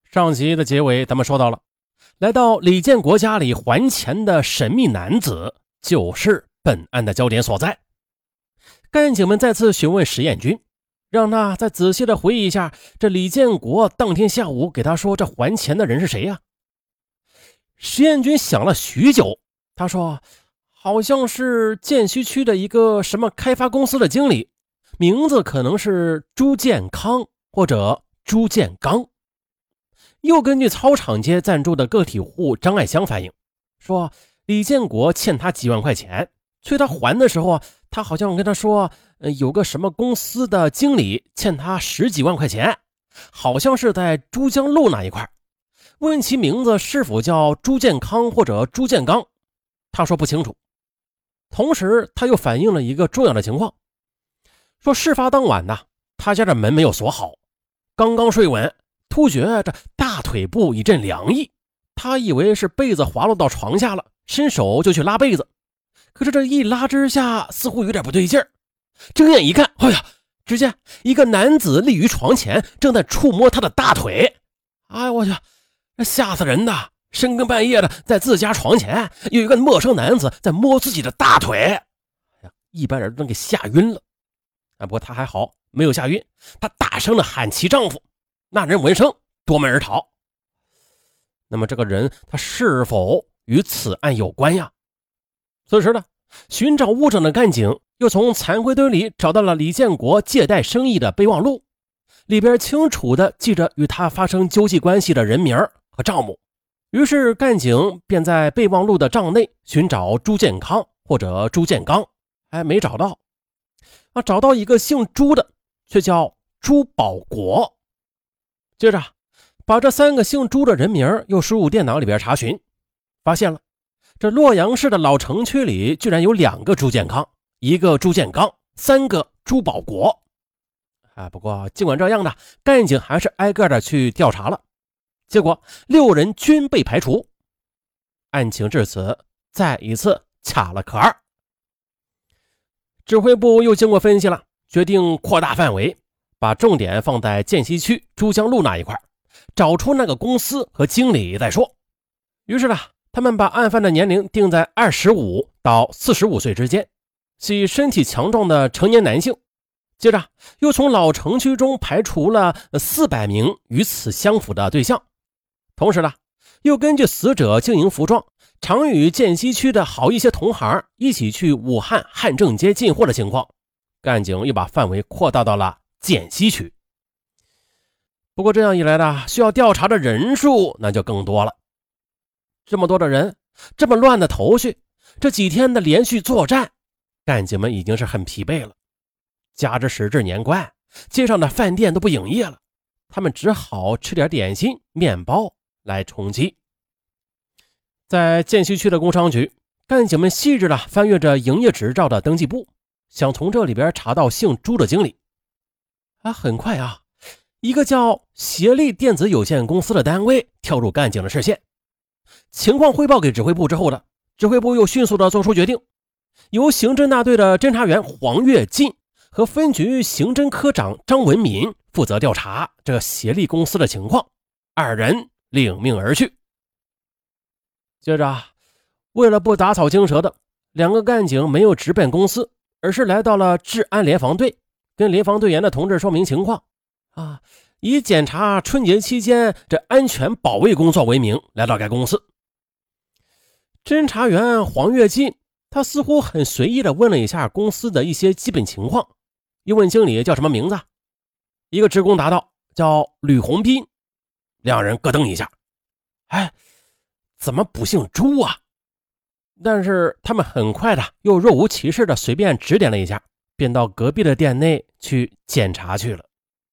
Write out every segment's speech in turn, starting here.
上集的结尾咱们说到了，来到李建国家里还钱的神秘男子就是本案的焦点所在。干警们再次询问石彦军，让他再仔细的回忆一下这李建国当天下午给他说这还钱的人是谁呀？石彦军想了许久，他说好像是涧西区的一个什么开发公司的经理，名字可能是朱建康或者朱建刚。又根据操场街暂住的个体户张爱香反映说，李建国欠他几万块钱，催他还的时候，他好像跟他说有个什么公司的经理欠他10几万块钱，好像是在珠江路那一块。问其名字是否叫朱建康或者朱建刚，他说不清楚。同时他又反映了一个重要的情况，说事发当晚呢，他家的门没有锁好，刚刚睡稳，突觉这大腿部一阵凉意，他以为是被子滑落到床下了，伸手就去拉被子，可是这一拉之下似乎有点不对劲儿，睁眼一看，哎呀，只见一个男子立于床前，正在触摸他的大腿。哎呀，我去，吓死人的！深更半夜的，在自家床前有一个陌生男子在摸自己的大腿，哎呀，一般人都给吓晕了。不过他还好，没有吓晕，他大声的喊其丈夫，那人闻声夺门而逃。那么这个人他是否与此案有关呀？此时呢，寻找物证的干警又从残灰堆里找到了李建国借贷生意的备忘录，里边清楚的记着与他发生交际关系的人名和账目。于是干警便在备忘录的账内寻找朱建康或者朱建刚，没找到。找到一个姓朱的，却叫朱保国。接着把这3个姓朱的人名又输入电脑里边查询，发现了这洛阳市的老城区里居然有2个朱建康，1个朱建刚，3个朱保国。不过尽管这样的，干警还是挨个的去调查了，结果6人均被排除。案情至此再一次卡了壳。指挥部又经过分析了，决定扩大范围，把重点放在涧西区珠江路那一块，找出那个公司和经理再说。于是呢，他们把案犯的年龄定在25到45岁之间，系身体强壮的成年男性。接着又从老城区中排除了400名与此相符的对象。同时呢，又根据死者经营服装，常与涧西区的好一些同行一起去武汉汉正街进货的情况，干警又把范围扩大到了涧西区。不过这样一来呢，需要调查的人数那就更多了。这么多的人，这么乱的头绪，这几天的连续作战，干警们已经是很疲惫了。加之时至年关，街上的饭店都不营业了，他们只好吃点点心面包来充饥。在涧西区的工商局，干警们细致地翻阅着营业执照的登记簿，想从这里边查到姓朱的经理。很快一个叫协力电子有限公司的单位跳入干警的视线。情况汇报给指挥部之后的，指挥部又迅速地做出决定，由刑侦大队的侦查员黄跃进和分局刑侦科长张文民负责调查这个协力公司的情况，2人领命而去。接着为了不打草惊蛇的，2个干警没有直奔公司，而是来到了治安联防队，跟联防队员的同志说明情况以检查春节期间这安全保卫工作为名来到该公司。侦查员黄跃进他似乎很随意地问了一下公司的一些基本情况，又问经理叫什么名字。一个职工答道叫吕红斌。2人咯噔一下，怎么不姓朱啊？但是他们很快的又若无其事的随便指点了一下，便到隔壁的店内去检查去了。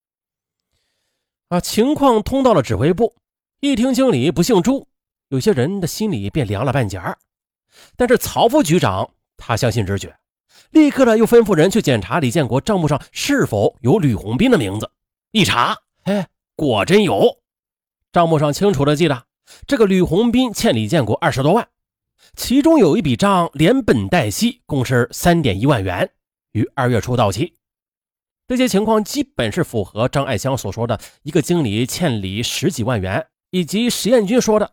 情况通到了指挥部，一听经理不姓朱，有些人的心里便凉了半截儿。但是曹副局长他相信直觉，立刻的又吩咐人去检查李建国账目上是否有吕红斌的名字。一查，果真有，账目上清楚的记得这个吕红斌欠李建国20多万，其中有一笔账连本带息共是3.1万元，于2月初到期。 这些情况基本是符合张爱香所说的一个经理欠礼10几万元，以及石彦军说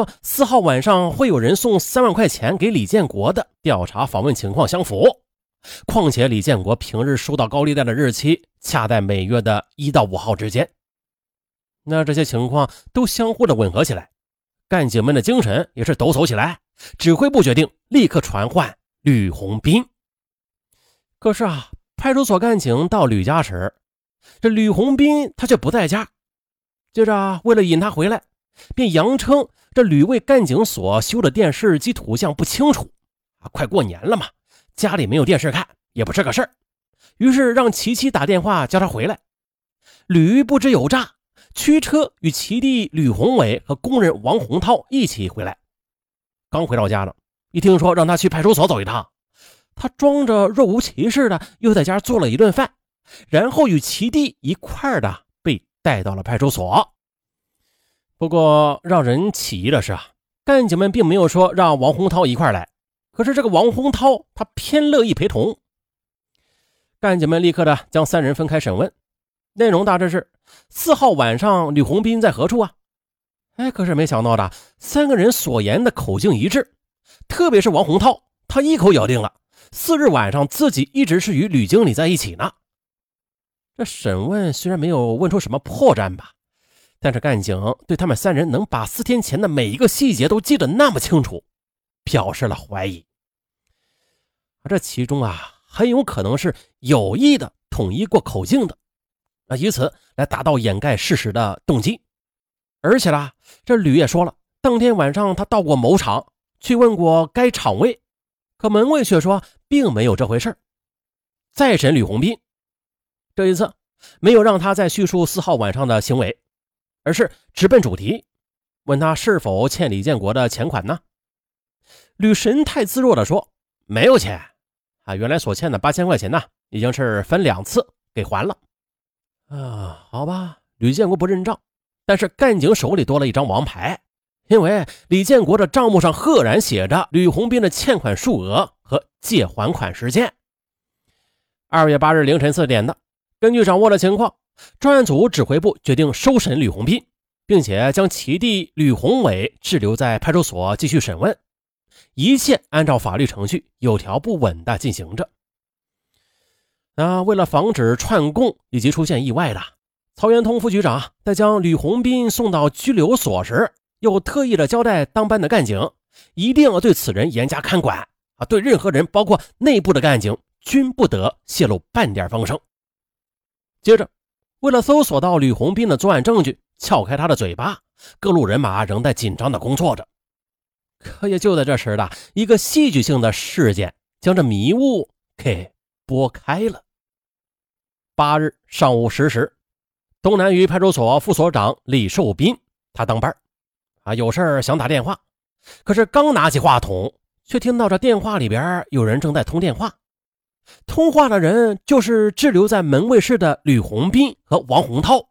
4号晚上会有人送3万块钱给李建国的调查访问情况相符。况且李建国平日收到高利贷的日期恰在每月的1到5号之间。那这些情况都相互的吻合起来，干警们的精神也是抖擞起来，指挥部决定立刻传唤吕红斌。可是派出所干警到吕家时，这吕红斌他却不在家。接着为了引他回来，便扬称这吕卫干警所修的电视机图像不清楚，快过年了嘛，家里没有电视看也不是个事儿，于是让其妻打电话叫他回来。吕不知有诈，驱车与其弟吕宏伟和工人王洪涛一起回来。刚回到家呢，一听说让他去派出所走一趟，他装着若无其事的又在家做了一顿饭，然后与其弟一块的被带到了派出所。不过让人起疑的是干警们并没有说让王洪涛一块来，可是这个王洪涛他偏乐意陪同。干警们立刻的将3人分开审问，内容大致是4号晚上吕红斌在何处可是没想到的，3个人所言的口径一致，特别是王洪涛，他一口咬定了4日晚上自己一直是与吕经理在一起呢。这审问虽然没有问出什么破绽吧，但是干警对他们3人能把4天前的每一个细节都记得那么清楚表示了怀疑。这其中很有可能是有意的统一过口径的，以此来达到掩盖事实的动机。而且这吕也说了，当天晚上他到过某厂，去问过该厂卫，可门卫却说并没有这回事。再审吕红斌，这一次没有让他再叙述4号晚上的行为，而是直奔主题，问他是否欠李建国的钱款呢？吕神态自若地说没有钱原来所欠的8000块钱呢，已经是分2次给还了。好吧，吕建国不认账，但是干警手里多了一张王牌，因为李建国的账目上赫然写着吕红斌的欠款数额和借还款时间。2月8日凌晨4点的，根据掌握的情况，专案组指挥部决定收审吕红斌，并且将其弟吕宏伟滞留在派出所继续审问，一切按照法律程序有条不紊地进行着。为了防止串供以及出现意外的，曹元通副局长在将吕红斌送到拘留所时，又特意的交代当班的干警一定要对此人严加看管对任何人包括内部的干警均不得泄露半点风声。接着为了搜索到吕红斌的作案证据，撬开他的嘴巴，各路人马仍在紧张的工作着。可也就在这时的一个戏剧性的事件将这迷雾给拨开了。8日上午10时，东南隅派出所副所长李寿斌他当班有事想打电话，可是刚拿起话筒，却听到这电话里边有人正在通电话。通话的人就是滞留在门卫室的吕红斌和王洪涛。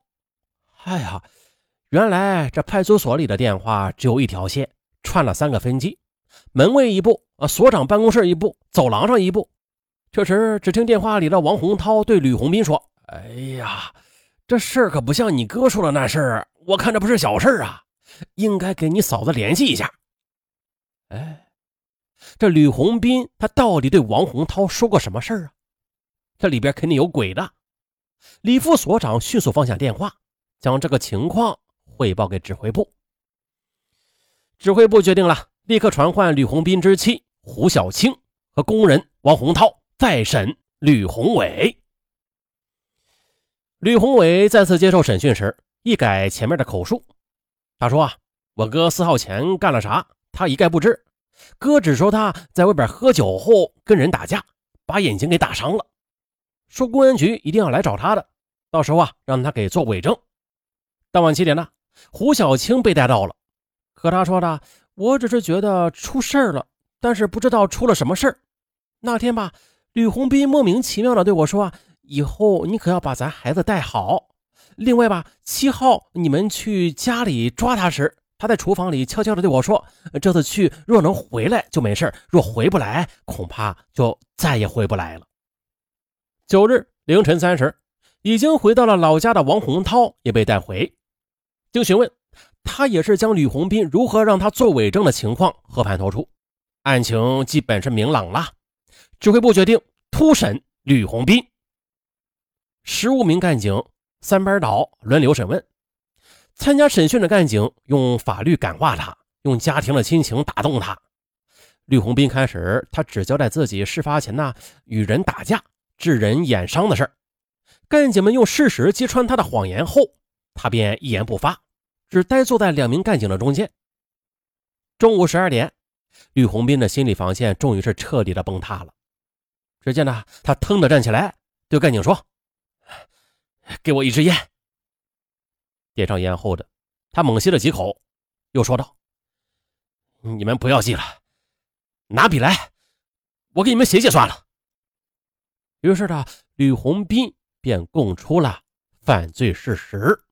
原来这派出所里的电话只有一条线，串了3个分机，门卫一部，所长办公室一部，走廊上一部。这时只听电话里的王洪涛对吕红斌说，这事儿可不像你哥说的那事儿，我看这不是小事应该给你嫂子联系一下。这吕红斌他到底对王洪涛说过什么事儿这里边肯定有鬼的。李副所长迅速放下电话，将这个情况汇报给指挥部。指挥部决定了立刻传唤吕红斌之妻胡小青和工人王洪涛再审吕宏伟。吕宏伟再次接受审讯时一改前面的口述，他说我哥4号前干了啥他一概不知，哥只说他在外边喝酒后跟人打架，把眼睛给打伤了，说公安局一定要来找他的，到时候让他给做伪证。当晚7点了，胡小青被带到了，可他说的我只是觉得出事儿了，但是不知道出了什么事儿。那天吧，吕红斌莫名其妙的对我说以后你可要把咱孩子带好。另外吧，7号你们去家里抓他时，他在厨房里悄悄的对我说，这次去若能回来就没事，若回不来恐怕就再也回不来了。9日凌晨3时， 已经回到了老家的王洪涛也被带回。经询问，他也是将吕红斌如何让他做伪证的情况和盘托出，案情基本是明朗了。指挥部决定突审吕红斌。15名干警三班倒，轮流审问。参加审讯的干警用法律感化他，用家庭的亲情打动他。吕红斌开始他只交代自己事发前与人打架致人眼伤的事儿。干警们用事实击穿他的谎言后，他便一言不发，只呆坐在2名干警的中间。中午12点，吕红斌的心理防线终于是彻底的崩塌了。只见他腾地站起来，对干警说：“给我一支烟。”点上烟后的他猛吸了几口，又说道：“你们不要记了，拿笔来，我给你们写写算了。”于是吕红斌便供出了犯罪事实。